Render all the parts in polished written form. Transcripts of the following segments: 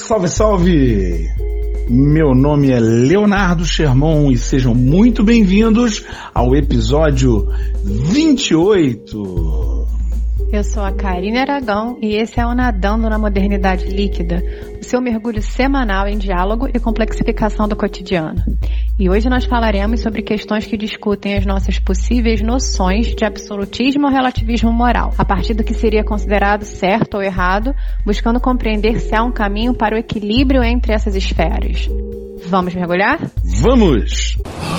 Salve, salve! Meu nome é Leonardo Sherman e sejam muito bem-vindos ao episódio 28. Eu sou a Karine Aragão e esse é o Nadando na Modernidade Líquida, o seu mergulho semanal em diálogo e complexificação do cotidiano. E hoje nós falaremos sobre questões que discutem as nossas possíveis noções de absolutismo ou relativismo moral, a partir do que seria considerado certo ou errado, buscando compreender se há um caminho para o equilíbrio entre essas esferas. Vamos mergulhar? Vamos!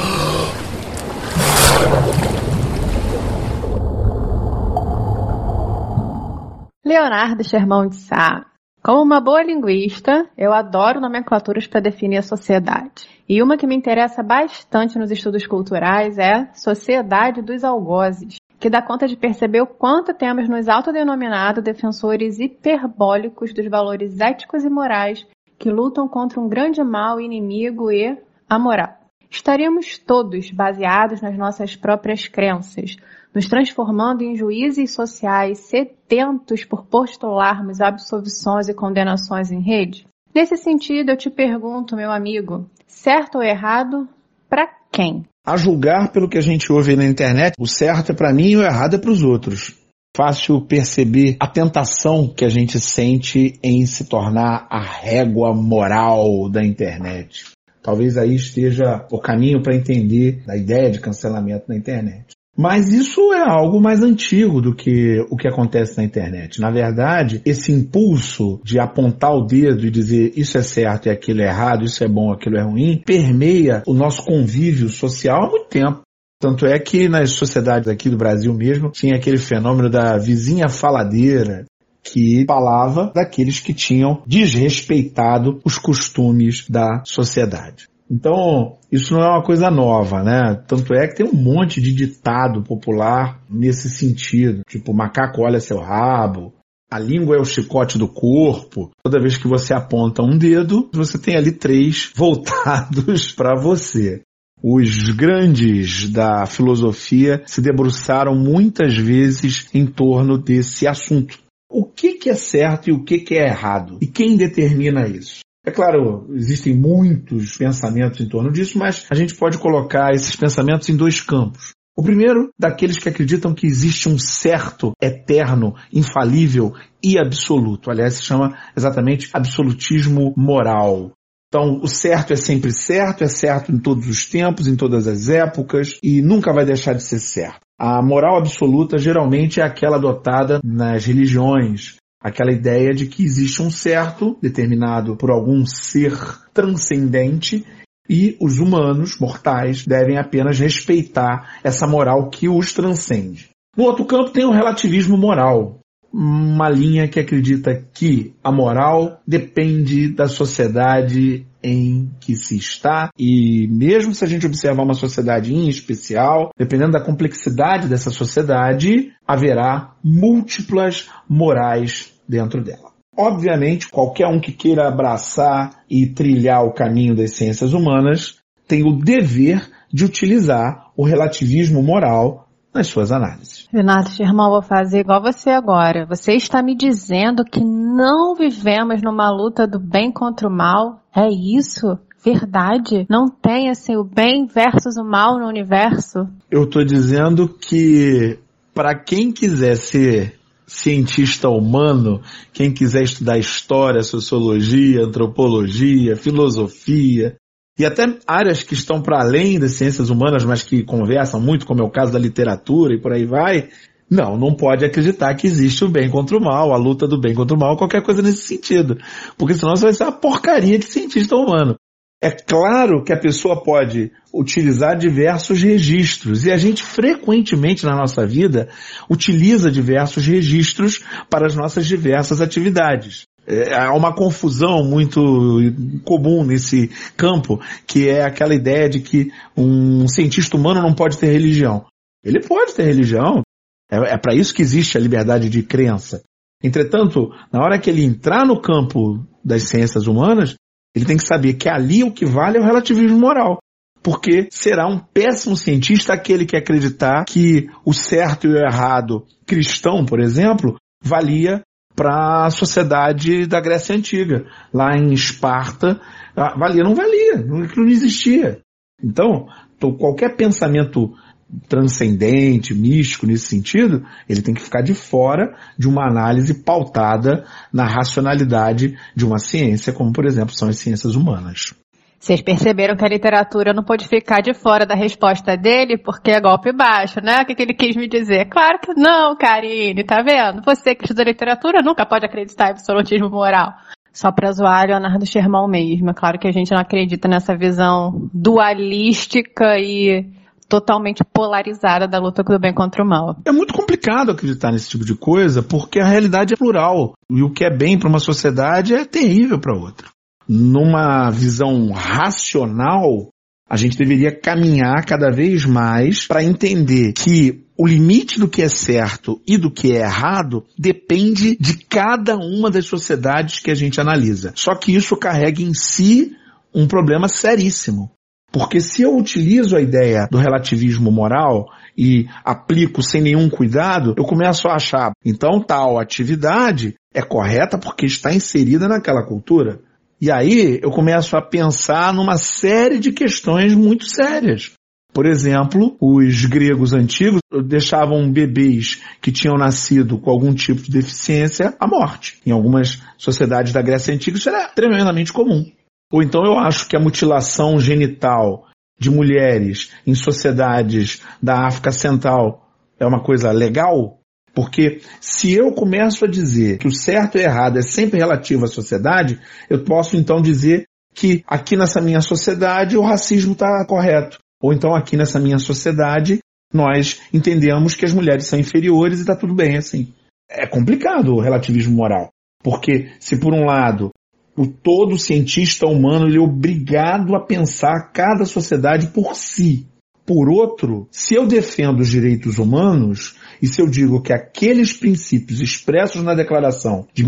Leonardo Sherman de Sá. Como uma boa linguista, eu adoro nomenclaturas para definir a sociedade. E uma que me interessa bastante nos estudos culturais é Sociedade dos Algozes, que dá conta de perceber o quanto temos nos autodenominado defensores hiperbólicos dos valores éticos e morais que lutam contra um grande mal inimigo e a moral. Estaríamos todos baseados nas nossas próprias crenças, nos transformando em juízes sociais sedentos por postularmos absolvições e condenações em rede? Nesse sentido, eu te pergunto, meu amigo, certo ou errado, para quem? A julgar pelo que a gente ouve na internet, o certo é para mim e o errado é para os outros. Fácil perceber a tentação que a gente sente em se tornar a régua moral da internet. Talvez aí esteja o caminho para entender a ideia de cancelamento na internet. Mas isso é algo mais antigo do que o que acontece na internet. Na verdade, esse impulso de apontar o dedo e dizer isso é certo e aquilo é errado, isso é bom, aquilo é ruim, permeia o nosso convívio social há muito tempo. Tanto é que nas sociedades aqui do Brasil mesmo, tinha aquele fenômeno da vizinha faladeira, que falava daqueles que tinham desrespeitado os costumes da sociedade. Então, isso não é uma coisa nova, né? Tanto é que tem um monte de ditado popular nesse sentido. Tipo, macaco olha seu rabo, a língua é o chicote do corpo. Toda vez que você aponta um dedo, você tem ali 3 voltados para você. Os grandes da filosofia se debruçaram muitas vezes em torno desse assunto. O que é certo e o que é errado? E quem determina isso? É claro, existem muitos pensamentos em torno disso, mas a gente pode colocar esses pensamentos em 2 campos. O primeiro, daqueles que acreditam que existe um certo, eterno, infalível e absoluto. Aliás, se chama exatamente absolutismo moral. Então, o certo é sempre certo, é certo em todos os tempos, em todas as épocas e nunca vai deixar de ser certo. A moral absoluta geralmente é aquela adotada nas religiões, aquela ideia de que existe um certo determinado por algum ser transcendente e os humanos, mortais, devem apenas respeitar essa moral que os transcende. No outro campo tem o relativismo moral, uma linha que acredita que a moral depende da sociedade em que se está e mesmo se a gente observar uma sociedade em especial, dependendo da complexidade dessa sociedade, haverá múltiplas morais dentro dela. Obviamente, qualquer um que queira abraçar e trilhar o caminho das ciências humanas tem o dever de utilizar o relativismo moral nas suas análises. Renato Sherman, vou fazer igual você agora. Você está me dizendo que não vivemos numa luta do bem contra o mal? É isso? Verdade? Não tem assim o bem versus o mal no universo? Eu estou dizendo que para quem quiser ser cientista humano, quem quiser estudar história, sociologia, antropologia, filosofia e até áreas que estão para além das ciências humanas, mas que conversam muito, como é o caso da literatura e por aí vai, não pode acreditar que existe o bem contra o mal, a luta do bem contra o mal, qualquer coisa nesse sentido. Porque senão você vai ser uma porcaria de cientista humano. É claro que a pessoa pode utilizar diversos registros e a gente frequentemente na nossa vida utiliza diversos registros para as nossas diversas atividades. Há uma confusão muito comum nesse campo, que é aquela ideia de que um cientista humano não pode ter religião. Ele pode ter religião, é para isso que existe a liberdade de crença. Entretanto, na hora que ele entrar no campo das ciências humanas, ele tem que saber que ali o que vale é o relativismo moral. Porque será um péssimo cientista aquele que acreditar que o certo e o errado cristão, por exemplo, valia para a sociedade da Grécia Antiga. Lá em Esparta, valia, não valia, aquilo não existia. Então, qualquer pensamento transcendente, místico nesse sentido, ele tem que ficar de fora de uma análise pautada na racionalidade de uma ciência, como, por exemplo, são as ciências humanas. Vocês perceberam que a literatura não pode ficar de fora da resposta dele porque é golpe baixo, né? O que ele quis me dizer? Claro que não, Karine, tá vendo? Você que estuda literatura nunca pode acreditar em absolutismo moral. Só pra zoar Leonardo Sherman mesmo. É claro que a gente não acredita nessa visão dualística e totalmente polarizada da luta do bem contra o mal. É muito complicado acreditar nesse tipo de coisa porque a realidade é plural. E o que é bem para uma sociedade é terrível para outra. Numa visão racional, a gente deveria caminhar cada vez mais para entender que o limite do que é certo e do que é errado depende de cada uma das sociedades que a gente analisa. Só que isso carrega em si um problema seríssimo. Porque se eu utilizo a ideia do relativismo moral e aplico sem nenhum cuidado, eu começo a achar, então tal atividade é correta porque está inserida naquela cultura. E aí eu começo a pensar numa série de questões muito sérias. Por exemplo, os gregos antigos deixavam bebês que tinham nascido com algum tipo de deficiência à morte. Em algumas sociedades da Grécia Antiga isso era tremendamente comum. Ou então eu acho que a mutilação genital de mulheres em sociedades da África Central é uma coisa legal? Porque se eu começo a dizer que o certo e o errado é sempre relativo à sociedade, eu posso então dizer que aqui nessa minha sociedade o racismo está correto. Ou então aqui nessa minha sociedade nós entendemos que as mulheres são inferiores e está tudo bem assim. É complicado o relativismo moral. Porque se por um lado todo cientista humano ele é obrigado a pensar cada sociedade por si. Por outro, se eu defendo os direitos humanos e se eu digo que aqueles princípios expressos na Declaração de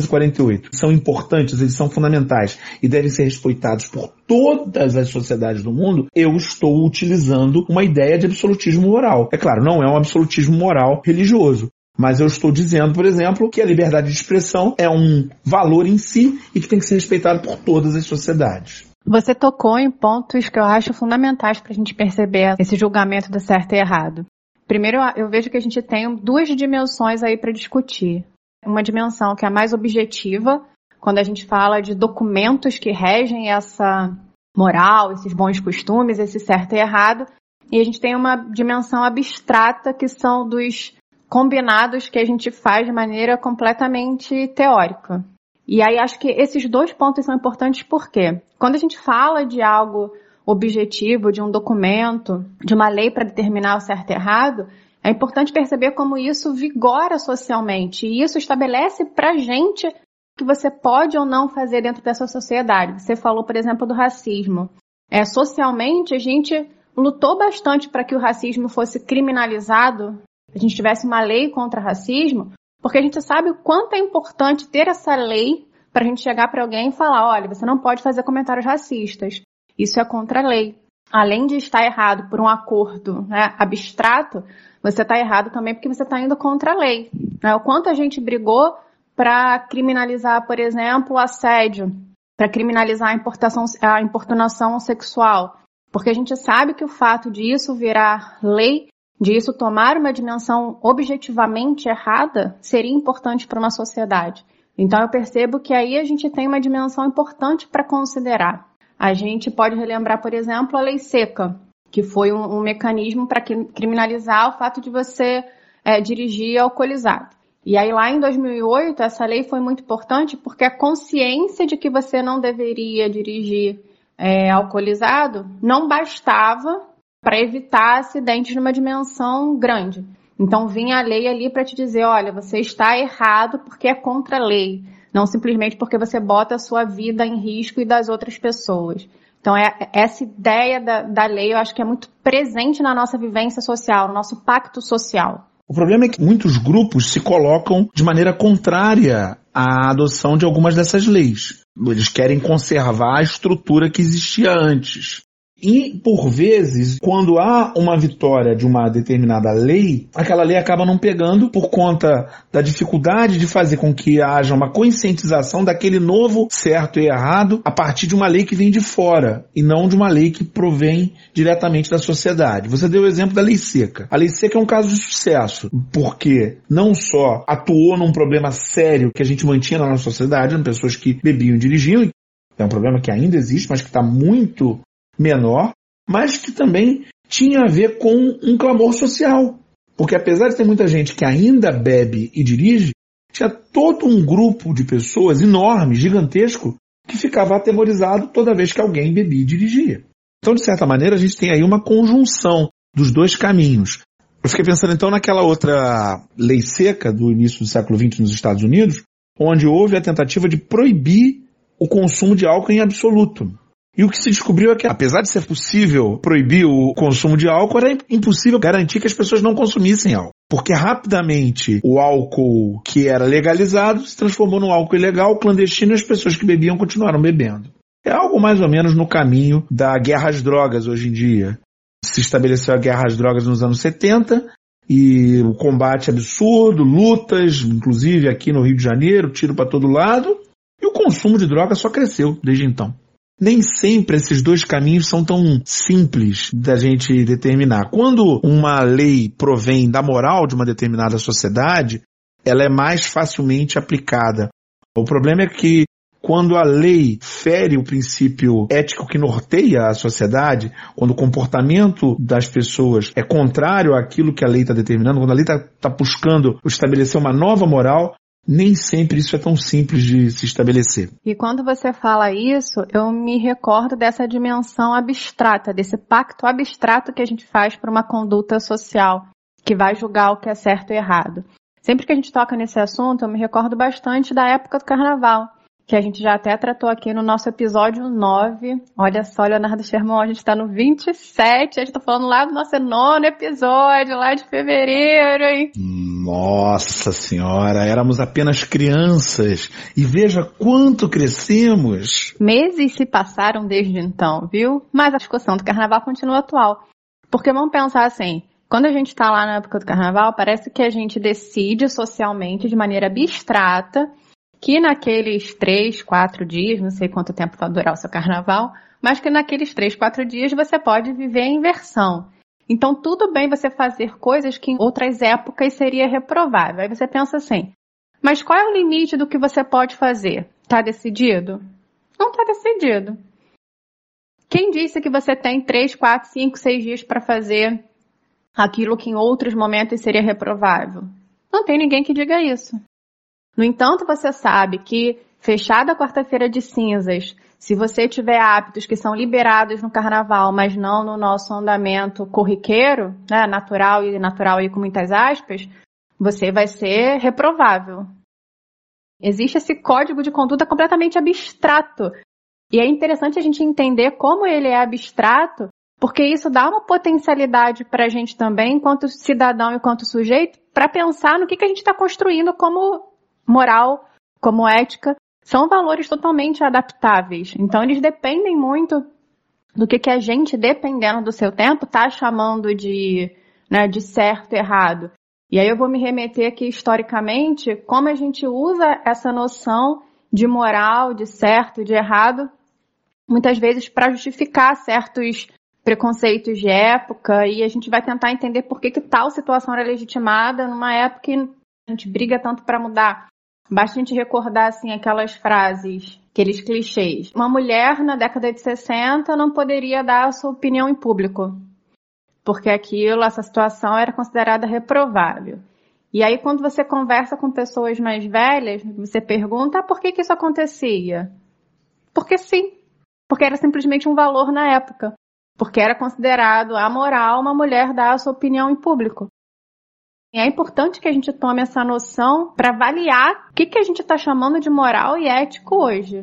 1948 são importantes, eles são fundamentais e devem ser respeitados por todas as sociedades do mundo, eu estou utilizando uma ideia de absolutismo moral. É claro, não é um absolutismo moral religioso. Mas eu estou dizendo, por exemplo, que a liberdade de expressão é um valor em si e que tem que ser respeitado por todas as sociedades. Você tocou em pontos que eu acho fundamentais para a gente perceber esse julgamento do certo e errado. Primeiro, eu vejo que a gente tem duas dimensões aí para discutir. Uma dimensão que é a mais objetiva, quando a gente fala de documentos que regem essa moral, esses bons costumes, esse certo e errado. E a gente tem uma dimensão abstrata, que são dos combinados que a gente faz de maneira completamente teórica. E aí acho que esses dois pontos são importantes porque quando a gente fala de algo objetivo, de um documento, de uma lei para determinar o certo e errado, é importante perceber como isso vigora socialmente. E isso estabelece para a gente o que você pode ou não fazer dentro dessa sociedade. Você falou, por exemplo, do racismo. Socialmente, a gente lutou bastante para que o racismo fosse criminalizado, a gente tivesse uma lei contra racismo, porque a gente sabe o quanto é importante ter essa lei para a gente chegar para alguém e falar, olha, você não pode fazer comentários racistas. Isso é contra a lei. Além de estar errado por um acordo, né, abstrato, você está errado também porque você está indo contra a lei. Né? O quanto a gente brigou para criminalizar, por exemplo, o assédio, para criminalizar a importunação sexual. Porque a gente sabe que o fato disso virar lei, disso tomar uma dimensão objetivamente errada, seria importante para uma sociedade. Então eu percebo que aí a gente tem uma dimensão importante para considerar. A gente pode relembrar, por exemplo, a lei seca, que foi um mecanismo para criminalizar o fato de você dirigir alcoolizado. E aí lá em 2008 essa lei foi muito importante porque a consciência de que você não deveria dirigir alcoolizado não bastava para evitar acidentes numa dimensão grande. Então vinha a lei ali para te dizer, olha, você está errado porque é contra a lei, não simplesmente porque você bota a sua vida em risco e das outras pessoas. Então essa ideia da lei eu acho que é muito presente na nossa vivência social, no nosso pacto social. O problema é que muitos grupos se colocam de maneira contrária à adoção de algumas dessas leis. Eles querem conservar a estrutura que existia antes. E, por vezes, quando há uma vitória de uma determinada lei, aquela lei acaba não pegando por conta da dificuldade de fazer com que haja uma conscientização daquele novo certo e errado a partir de uma lei que vem de fora e não de uma lei que provém diretamente da sociedade. Você deu o exemplo da lei seca. A lei seca é um caso de sucesso, porque não só atuou num problema sério que a gente mantinha na nossa sociedade, em pessoas que bebiam e dirigiam, é um problema que ainda existe, mas que está muito menor, mas que também tinha a ver com um clamor social. Porque apesar de ter muita gente que ainda bebe e dirige, tinha todo um grupo de pessoas enorme, gigantesco, que ficava atemorizado toda vez que alguém bebia e dirigia. Então, de certa maneira, a gente tem aí uma conjunção dos dois caminhos. Eu fiquei pensando então naquela outra lei seca do início do século XX nos Estados Unidos, onde houve a tentativa de proibir o consumo de álcool em absoluto. E o que se descobriu é que, apesar de ser possível proibir o consumo de álcool, era impossível garantir que as pessoas não consumissem álcool. Porque rapidamente o álcool que era legalizado se transformou num álcool ilegal, clandestino, e as pessoas que bebiam continuaram bebendo. É algo mais ou menos no caminho da guerra às drogas hoje em dia. Se estabeleceu a guerra às drogas nos anos 70 e o combate absurdo, lutas, inclusive aqui no Rio de Janeiro, tiro para todo lado, e o consumo de drogas só cresceu desde então. Nem sempre esses dois caminhos são tão simples da gente determinar. Quando uma lei provém da moral de uma determinada sociedade, ela é mais facilmente aplicada. O problema é que quando a lei fere o princípio ético que norteia a sociedade, quando o comportamento das pessoas é contrário àquilo que a lei está determinando, quando a lei está buscando estabelecer uma nova moral, nem sempre isso é tão simples de se estabelecer. E quando você fala isso, eu me recordo dessa dimensão abstrata, desse pacto abstrato que a gente faz para uma conduta social, que vai julgar o que é certo e errado. Sempre que a gente toca nesse assunto, eu me recordo bastante da época do Carnaval, que a gente já até tratou aqui no nosso episódio 9. Olha só, Leonardo Sherman, a gente está no 27, a gente está falando lá do nosso 9º episódio, lá de fevereiro, hein? Nossa Senhora, éramos apenas crianças e veja quanto crescemos. Meses se passaram desde então, viu? Mas a discussão do Carnaval continua atual. Porque vamos pensar assim, quando a gente está lá na época do Carnaval, parece que a gente decide socialmente, de maneira abstrata, que naqueles 3, 4 dias, não sei quanto tempo vai durar o seu carnaval, mas que naqueles 3, 4 dias você pode viver a inversão. Então tudo bem você fazer coisas que em outras épocas seria reprovável. Aí você pensa assim, mas qual é o limite do que você pode fazer? Está decidido? Não está decidido. Quem disse que você tem 3, 4, 5, 6 dias para fazer aquilo que em outros momentos seria reprovável? Não tem ninguém que diga isso. No entanto, você sabe que, fechada a quarta-feira de cinzas, se você tiver hábitos que são liberados no carnaval, mas não no nosso andamento corriqueiro, né, natural e com muitas aspas, você vai ser reprovável. Existe esse código de conduta completamente abstrato. E é interessante a gente entender como ele é abstrato, porque isso dá uma potencialidade para a gente também, enquanto cidadão e enquanto sujeito, para pensar no que a gente está construindo como moral, como ética, são valores totalmente adaptáveis. Então, eles dependem muito do que a gente, dependendo do seu tempo, está chamando de certo e errado. E aí eu vou me remeter aqui historicamente como a gente usa essa noção de moral, de certo, de errado, muitas vezes para justificar certos preconceitos de época, e a gente vai tentar entender por que tal situação era legitimada numa época que a gente briga tanto para mudar. Basta a gente recordar, assim, aquelas frases, aqueles clichês. Uma mulher, na década de 60, não poderia dar a sua opinião em público, porque essa situação era considerada reprovável. E aí, quando você conversa com pessoas mais velhas, você pergunta, por que isso acontecia? Porque sim. Porque era simplesmente um valor na época. Porque era considerado amoral uma mulher dar a sua opinião em público. E é importante que a gente tome essa noção para avaliar o que a gente está chamando de moral e ético hoje.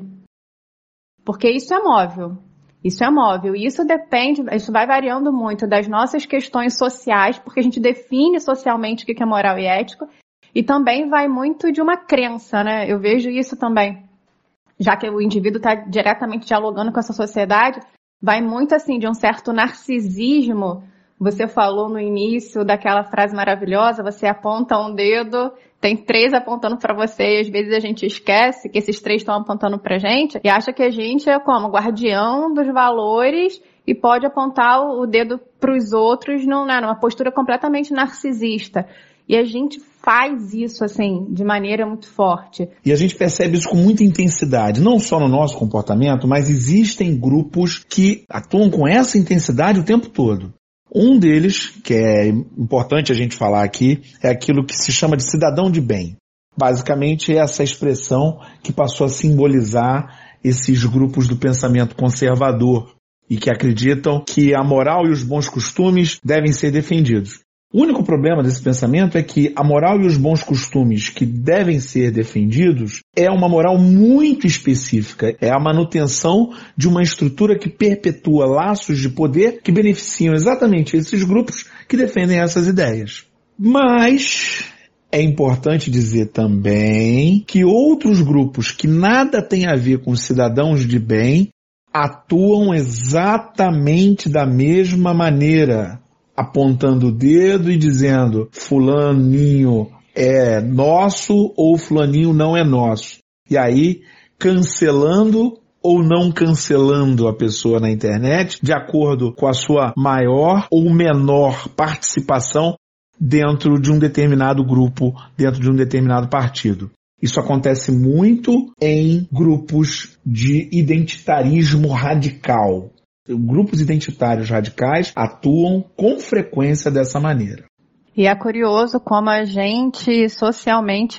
Porque isso é móvel. Isso é móvel. E isso vai variando muito das nossas questões sociais, porque a gente define socialmente o que é moral e ético, e também vai muito de uma crença, né? Eu vejo isso também. Já que o indivíduo está diretamente dialogando com essa sociedade, vai muito assim de um certo narcisismo. Você falou no início daquela frase maravilhosa, você aponta um dedo, tem 3 apontando para você e às vezes a gente esquece que esses 3 estão apontando pra gente e acha que a gente é como guardião dos valores e pode apontar o dedo pros outros numa postura completamente narcisista. E a gente faz isso, assim, de maneira muito forte. E a gente percebe isso com muita intensidade, não só no nosso comportamento, mas existem grupos que atuam com essa intensidade o tempo todo. Um deles, que é importante a gente falar aqui, é aquilo que se chama de cidadão de bem. Basicamente é essa expressão que passou a simbolizar esses grupos do pensamento conservador e que acreditam que a moral e os bons costumes devem ser defendidos. O único problema desse pensamento é que a moral e os bons costumes que devem ser defendidos é uma moral muito específica. É a manutenção de uma estrutura que perpetua laços de poder que beneficiam exatamente esses grupos que defendem essas ideias. Mas é importante dizer também que outros grupos que nada têm a ver com cidadãos de bem atuam exatamente da mesma maneira, apontando o dedo e dizendo fulaninho é nosso ou fulaninho não é nosso. E aí, cancelando ou não cancelando a pessoa na internet de acordo com a sua maior ou menor participação dentro de um determinado grupo, dentro de um determinado partido. Isso acontece muito em grupos de identitarismo radical. Grupos identitários radicais atuam com frequência dessa maneira. E é curioso como a gente socialmente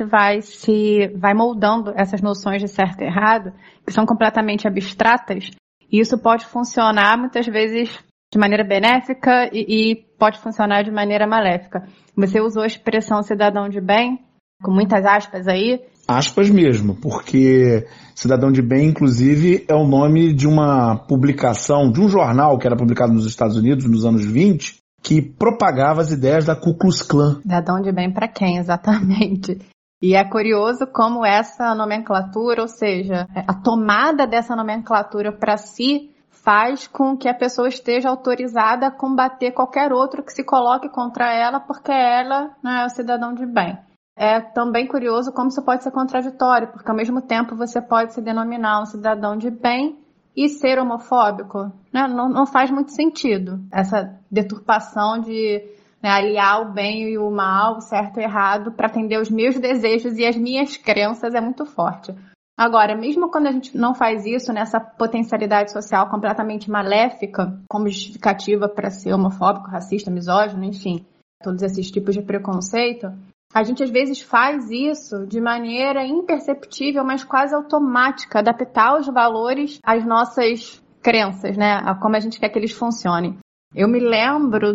vai moldando essas noções de certo e errado, que são completamente abstratas, e isso pode funcionar muitas vezes de maneira benéfica e pode funcionar de maneira maléfica. Você usou a expressão cidadão de bem, com muitas aspas aí. Aspas mesmo, porque Cidadão de Bem, inclusive, é o nome de uma publicação, de um jornal que era publicado nos Estados Unidos nos anos 20, que propagava as ideias da Ku Klux Klan. Cidadão de bem para quem, exatamente. E é curioso como essa nomenclatura, ou seja, a tomada dessa nomenclatura para si, faz com que a pessoa esteja autorizada a combater qualquer outro que se coloque contra ela, porque ela não é o cidadão de bem. É também curioso como isso pode ser contraditório, porque ao mesmo tempo você pode se denominar um cidadão de bem e ser homofóbico. Né? Não faz muito sentido essa deturpação de aliar o bem e o mal, o certo e o errado, para atender os meus desejos e as minhas crenças é muito forte. Agora, mesmo quando a gente não faz isso nessa potencialidade social completamente maléfica, como justificativa para ser homofóbico, racista, misógino, enfim, todos esses tipos de preconceito, a gente às vezes faz isso de maneira imperceptível, mas quase automática, adaptar os valores às nossas crenças, né? A como a gente quer que eles funcionem. Eu me lembro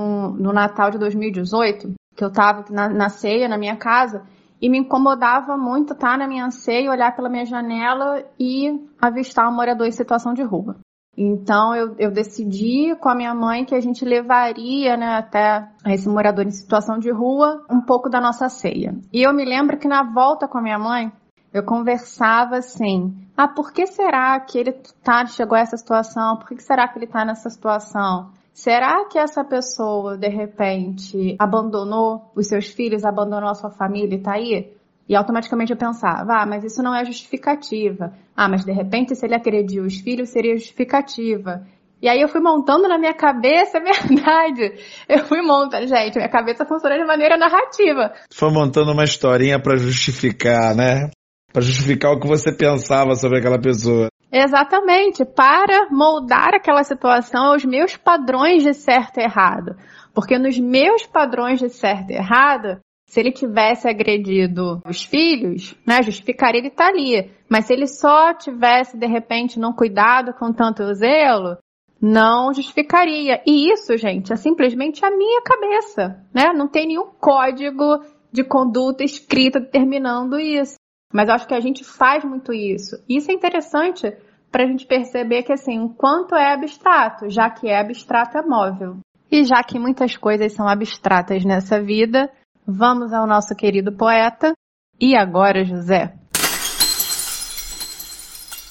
no Natal de 2018, que eu estava na ceia na minha casa, e me incomodava muito estar na minha ceia, olhar pela minha janela e avistar um morador em situação de rua. Então eu decidi com a minha mãe que a gente levaria, né, até esse morador em situação de rua um pouco da nossa ceia. E eu me lembro que na volta com a minha mãe, eu conversava assim, por que será que ele chegou a essa situação? Por que será que ele está nessa situação? Será que essa pessoa, de repente, abandonou os seus filhos, abandonou a sua família e está aí? E automaticamente eu pensava, mas isso não é justificativa. Mas de repente se ele agrediu os filhos seria justificativa. E aí eu fui montando na minha cabeça, é verdade. Eu fui montando, gente, minha cabeça funciona de maneira narrativa. Foi montando uma historinha para justificar, né? Para justificar o que você pensava sobre aquela pessoa. Exatamente, para moldar aquela situação aos meus padrões de certo e errado. Porque nos meus padrões de certo e errado, se ele tivesse agredido os filhos, né, justificaria ele estar ali. Mas se ele só tivesse, de repente, não cuidado com tanto zelo, não justificaria. E isso, gente, é simplesmente a minha cabeça, né? Não tem nenhum código de conduta escrito determinando isso. Mas eu acho que a gente faz muito isso. E isso é interessante para a gente perceber que, assim, o quanto é abstrato, já que é abstrato é móvel. E já que muitas coisas são abstratas nessa vida, vamos ao nosso querido poeta. E agora, José?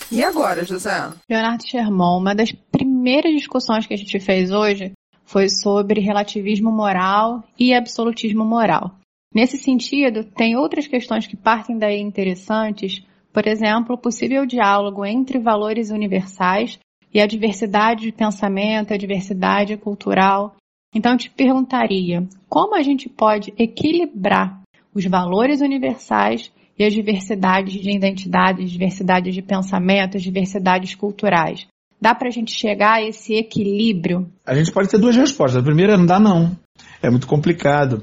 E agora, José? Leonardo Sherman, uma das primeiras discussões que a gente fez hoje foi sobre relativismo moral e absolutismo moral. Nesse sentido, tem outras questões que partem daí interessantes, por exemplo, o possível diálogo entre valores universais e a diversidade de pensamento, a diversidade cultural. Então, eu te perguntaria, como a gente pode equilibrar os valores universais e as diversidades de identidades, diversidades de pensamentos, diversidades culturais? Dá pra gente chegar a esse equilíbrio? A gente pode ter duas respostas. A primeira é não dá não. É muito complicado,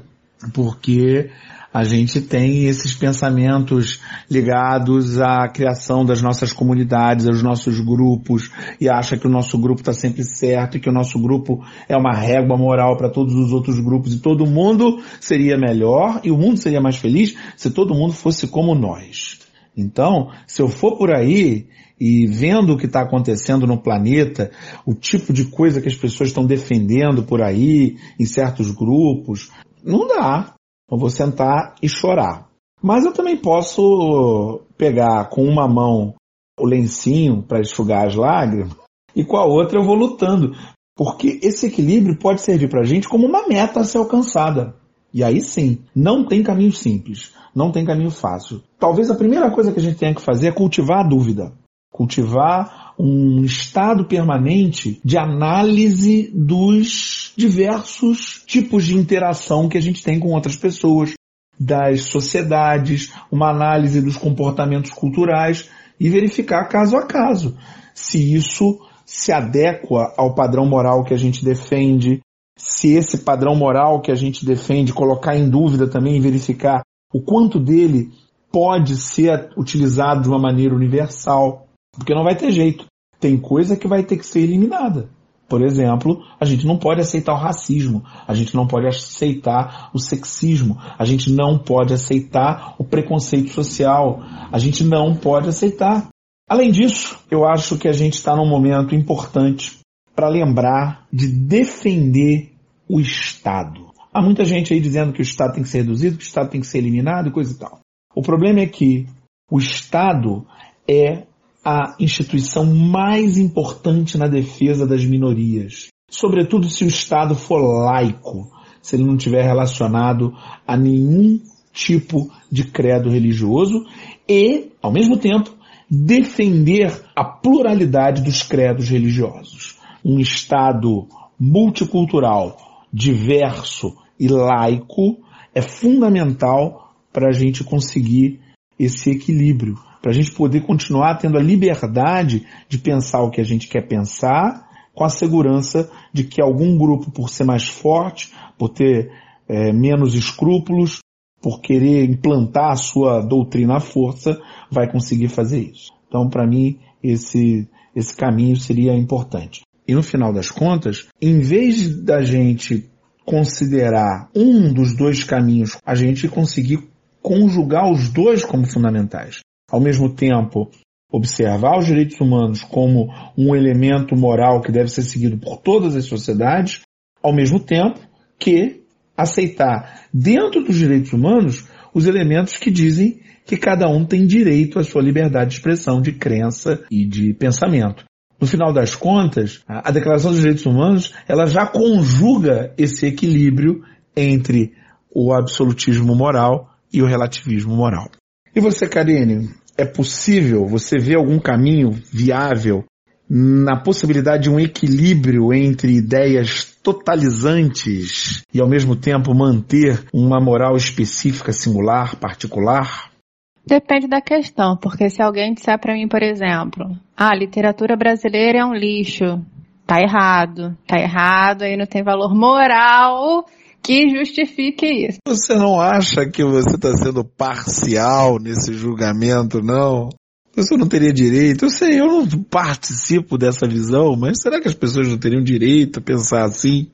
porque a gente tem esses pensamentos ligados à criação das nossas comunidades, aos nossos grupos, e acha que o nosso grupo está sempre certo e que o nosso grupo é uma régua moral para todos os outros grupos e todo mundo seria melhor e o mundo seria mais feliz se todo mundo fosse como nós. Então, se eu for por aí e vendo o que está acontecendo no planeta, o tipo de coisa que as pessoas estão defendendo por aí, em certos grupos, não dá. Eu vou sentar e chorar. Mas eu também posso pegar com uma mão o lencinho para enxugar as lágrimas e com a outra eu vou lutando. Porque esse equilíbrio pode servir para a gente como uma meta a ser alcançada. E aí sim, não tem caminho simples, não tem caminho fácil. Talvez a primeira coisa que a gente tenha que fazer é cultivar a dúvida. Cultivar um estado permanente de análise dos diversos tipos de interação que a gente tem com outras pessoas, das sociedades, uma análise dos comportamentos culturais e verificar caso a caso se isso se adequa ao padrão moral que a gente defende, se esse padrão moral que a gente defende colocar em dúvida também e verificar o quanto dele pode ser utilizado de uma maneira universal. Porque não vai ter jeito. Tem coisa que vai ter que ser eliminada. Por exemplo, a gente não pode aceitar o racismo. A gente não pode aceitar o sexismo. A gente não pode aceitar o preconceito social. A gente não pode aceitar. Além disso, eu acho que a gente está num momento importante para lembrar de defender o Estado. Há muita gente aí dizendo que o Estado tem que ser reduzido, que o Estado tem que ser eliminado e coisa e tal. O problema é que o Estado é a instituição mais importante na defesa das minorias. Sobretudo se o Estado for laico, se ele não estiver relacionado a nenhum tipo de credo religioso e, ao mesmo tempo, defender a pluralidade dos credos religiosos. Um Estado multicultural, diverso e laico é fundamental para a gente conseguir esse equilíbrio, para a gente poder continuar tendo a liberdade de pensar o que a gente quer pensar, com a segurança de que algum grupo, por ser mais forte, por ter menos escrúpulos, por querer implantar a sua doutrina à força, vai conseguir fazer isso. Então, para mim, esse caminho seria importante. E no final das contas, em vez da gente considerar um dos dois caminhos, a gente conseguir conjugar os dois como fundamentais. Ao mesmo tempo, observar os direitos humanos como um elemento moral que deve ser seguido por todas as sociedades, ao mesmo tempo que aceitar dentro dos direitos humanos os elementos que dizem que cada um tem direito à sua liberdade de expressão, de crença e de pensamento. No final das contas, a Declaração dos Direitos Humanos ela já conjuga esse equilíbrio entre o absolutismo moral e o relativismo moral. E você, Karine, é possível, você vê algum caminho viável na possibilidade de um equilíbrio entre ideias totalizantes e ao mesmo tempo manter uma moral específica, singular, particular? Depende da questão, porque se alguém disser para mim, por exemplo, a literatura brasileira é um lixo, tá errado, aí não tem valor moral que justifique isso. Você não acha que você está sendo parcial nesse julgamento, não? Você não teria direito? Eu sei, eu não participo dessa visão, mas será que as pessoas não teriam direito a pensar assim?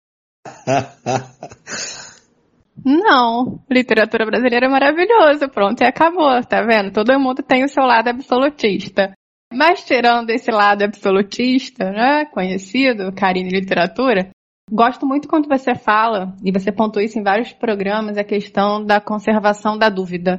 Não, literatura brasileira é maravilhosa, pronto, e acabou, tá vendo? Todo mundo tem o seu lado absolutista. Mas tirando esse lado absolutista, né, conhecido, Karine Literatura, gosto muito quando você fala, e você pontua isso em vários programas, a questão da conservação da dúvida.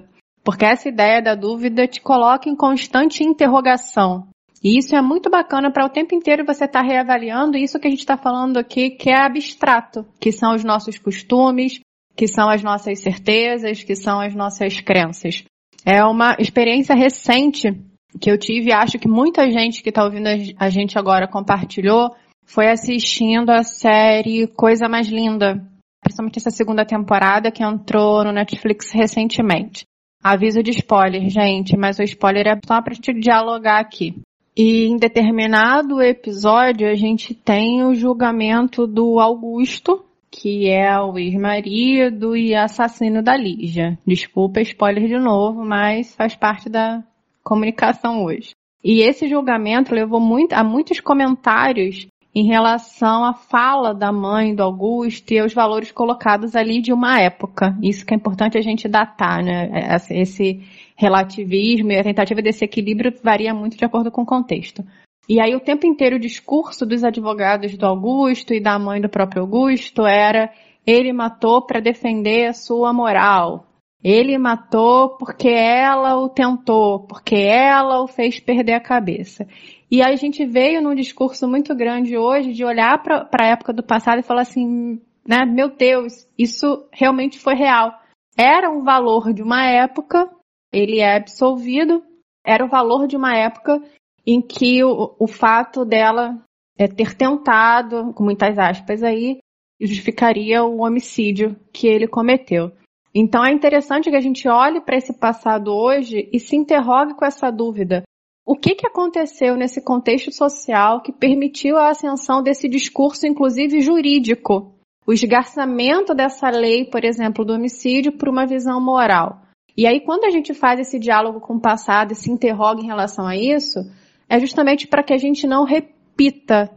Porque essa ideia da dúvida te coloca em constante interrogação. E isso é muito bacana para o tempo inteiro você estar reavaliando isso que a gente está falando aqui, que é abstrato, que são os nossos costumes, que são as nossas certezas, que são as nossas crenças. É uma experiência recente que eu tive, acho que muita gente que está ouvindo a gente agora compartilhou, foi assistindo a série Coisa Mais Linda, principalmente essa segunda temporada que entrou no Netflix recentemente. Aviso de spoiler, gente, mas o spoiler é só para a gente dialogar aqui. E em determinado episódio a gente tem o julgamento do Augusto, que é o ex-marido e assassino da Lígia. Desculpa, spoiler de novo, mas faz parte da comunicação hoje. E esse julgamento levou a muitos comentários em relação à fala da mãe do Augusto e aos valores colocados ali de uma época. Isso que é importante a gente datar, né? Esse relativismo e a tentativa desse equilíbrio varia muito de acordo com o contexto. E aí o tempo inteiro o discurso dos advogados do Augusto e da mãe do próprio Augusto era: ele matou para defender a sua moral. Ele matou porque ela o tentou, porque ela o fez perder a cabeça. E aí a gente veio num discurso muito grande hoje de olhar para a época do passado e falar assim, né, meu Deus, isso realmente foi real. Era um valor de uma época, ele é absolvido, era o valor de uma época em que o fato dela ter tentado, com muitas aspas aí, justificaria o homicídio que ele cometeu. Então é interessante que a gente olhe para esse passado hoje e se interrogue com essa dúvida. O que aconteceu nesse contexto social que permitiu a ascensão desse discurso, inclusive jurídico? O esgarçamento dessa lei, por exemplo, do homicídio por uma visão moral. E aí, quando a gente faz esse diálogo com o passado e se interroga em relação a isso, é justamente para que a gente não repita,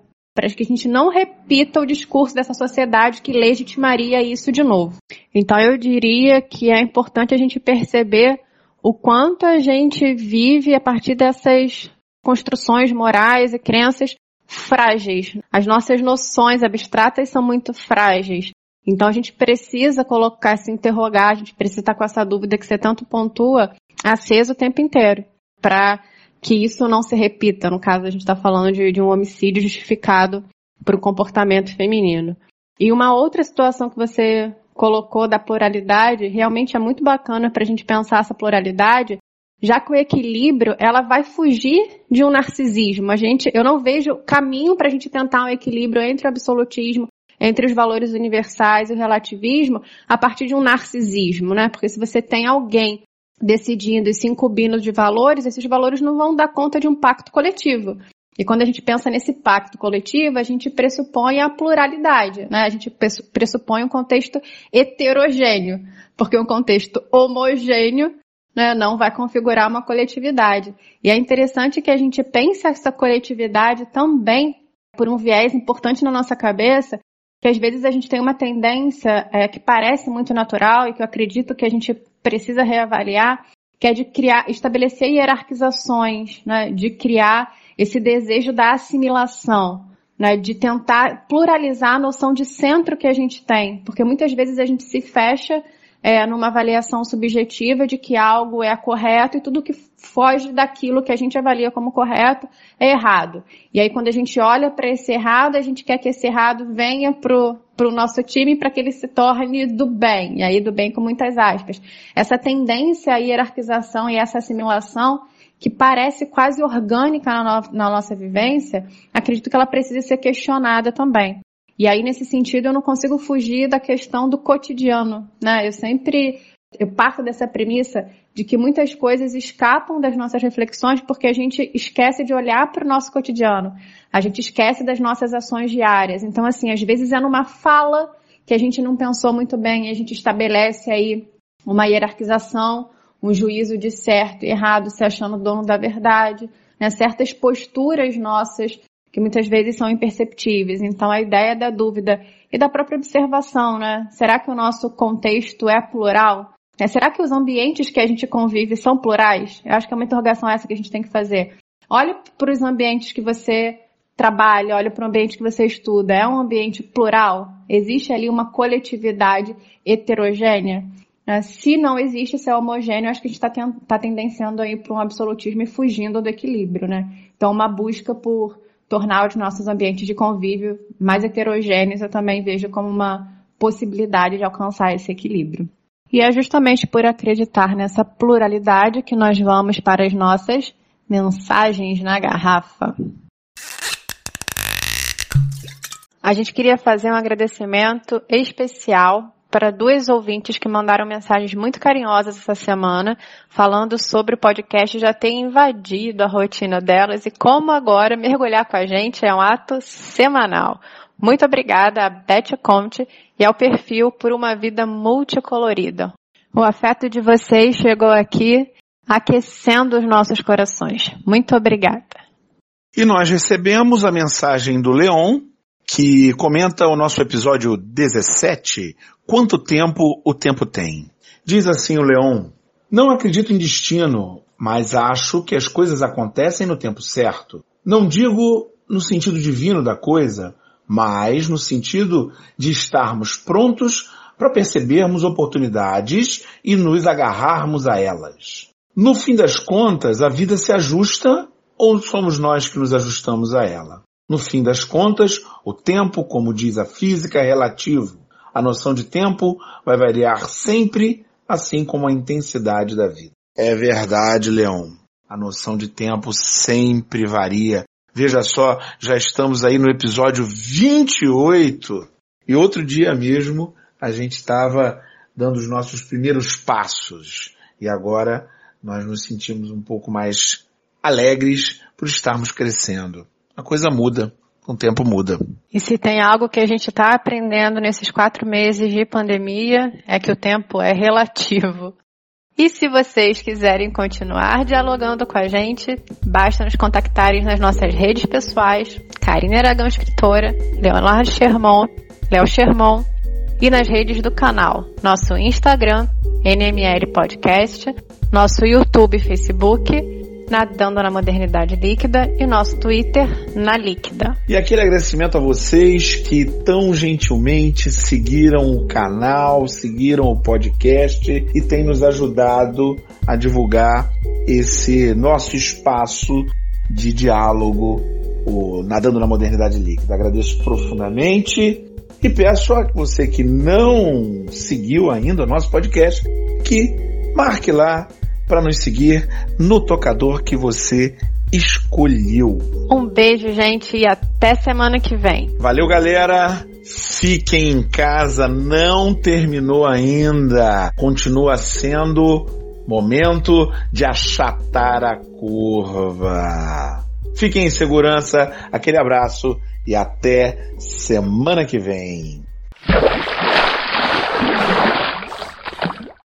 o discurso dessa sociedade que legitimaria isso de novo. Então, eu diria que é importante a gente perceber o quanto a gente vive a partir dessas construções morais e crenças frágeis. As nossas noções abstratas são muito frágeis. Então a gente precisa se interrogar, a gente precisa estar com essa dúvida que você tanto pontua, acesa o tempo inteiro, para que isso não se repita. No caso, a gente está falando de um homicídio justificado por um comportamento feminino. E uma outra situação que você colocou da pluralidade, realmente é muito bacana para a gente pensar essa pluralidade, já que o equilíbrio, ela vai fugir de um narcisismo. Eu não vejo caminho para a gente tentar um equilíbrio entre o absolutismo, entre os valores universais e o relativismo, a partir de um narcisismo, né? Porque se você tem alguém decidindo e se incumbindo de valores, esses valores não vão dar conta de um pacto coletivo. E quando a gente pensa nesse pacto coletivo, a gente pressupõe a pluralidade, né? A gente pressupõe um contexto heterogêneo, porque um contexto homogêneo, né, não vai configurar uma coletividade. E é interessante que a gente pense essa coletividade também por um viés importante na nossa cabeça, que às vezes a gente tem uma tendência que parece muito natural e que eu acredito que a gente precisa reavaliar, que é de estabelecer hierarquizações, né, de criar esse desejo da assimilação, né, de tentar pluralizar a noção de centro que a gente tem, porque muitas vezes a gente se fecha numa avaliação subjetiva de que algo é correto e tudo que foge daquilo que a gente avalia como correto é errado. E aí quando a gente olha para esse errado, a gente quer que esse errado venha pro nosso time para que ele se torne do bem, e aí do bem com muitas aspas. Essa tendência à hierarquização e essa assimilação que parece quase orgânica na nossa vivência, acredito que ela precisa ser questionada também. E aí, nesse sentido, eu não consigo fugir da questão do cotidiano, né? Eu parto dessa premissa de que muitas coisas escapam das nossas reflexões porque a gente esquece de olhar para o nosso cotidiano. A gente esquece das nossas ações diárias. Então, assim, às vezes é numa fala que a gente não pensou muito bem e a gente estabelece aí uma hierarquização, um juízo de certo e errado, se achando dono da verdade, né? Certas posturas nossas que muitas vezes são imperceptíveis. Então, a ideia da dúvida e da própria observação, né? Será que o nosso contexto é plural? Será que os ambientes que a gente convive são plurais? Eu acho que é uma interrogação essa que a gente tem que fazer. Olha para os ambientes que você trabalha, olha para o ambiente que você estuda. É um ambiente plural? Existe ali uma coletividade heterogênea? Se não existe esse homogêneo, acho que a gente está tendenciando aí para um absolutismo e fugindo do equilíbrio, né? Então, uma busca por tornar os nossos ambientes de convívio mais heterogêneos, eu também vejo como uma possibilidade de alcançar esse equilíbrio. E é justamente por acreditar nessa pluralidade que nós vamos para as nossas mensagens na garrafa. A gente queria fazer um agradecimento especial para 2 ouvintes que mandaram mensagens muito carinhosas essa semana, falando sobre o podcast já ter invadido a rotina delas e como agora mergulhar com a gente é um ato semanal. Muito obrigada a Beth Conte e ao perfil Por Uma Vida Multicolorida. O afeto de vocês chegou aqui aquecendo os nossos corações. Muito obrigada. E nós recebemos a mensagem do Leon, que comenta o nosso episódio 17, Quanto Tempo o Tempo Tem. Diz assim o Leon: não acredito em destino, mas acho que as coisas acontecem no tempo certo. Não digo no sentido divino da coisa, mas no sentido de estarmos prontos para percebermos oportunidades e nos agarrarmos a elas. No fim das contas, a vida se ajusta ou somos nós que nos ajustamos a ela? No fim das contas, o tempo, como diz a física, é relativo. A noção de tempo vai variar sempre, assim como a intensidade da vida. É verdade, Leon. A noção de tempo sempre varia. Veja só, já estamos aí no episódio 28. E outro dia mesmo, a gente estava dando os nossos primeiros passos. E agora nós nos sentimos um pouco mais alegres por estarmos crescendo. A coisa muda, o tempo muda. E se tem algo que a gente está aprendendo nesses 4 meses de pandemia, é que o tempo é relativo. E se vocês quiserem continuar dialogando com a gente, basta nos contactarem nas nossas redes pessoais, Karine Aragão Escritora, Leonardo Sherman, Léo Sherman, e nas redes do canal, nosso Instagram, NML Podcast, nosso YouTube e Facebook, Nadando na Modernidade Líquida, e nosso Twitter, Na Líquida. E aquele agradecimento a vocês que tão gentilmente seguiram o canal, seguiram o podcast e têm nos ajudado a divulgar esse nosso espaço de diálogo, o Nadando na Modernidade Líquida. Agradeço profundamente e peço a você que não seguiu ainda o nosso podcast que marque lá para nos seguir no tocador que você escolheu. Um beijo, gente, e até semana que vem. Valeu, galera! Fiquem em casa, não terminou ainda. Continua sendo momento de achatar a curva. Fiquem em segurança, aquele abraço e até semana que vem.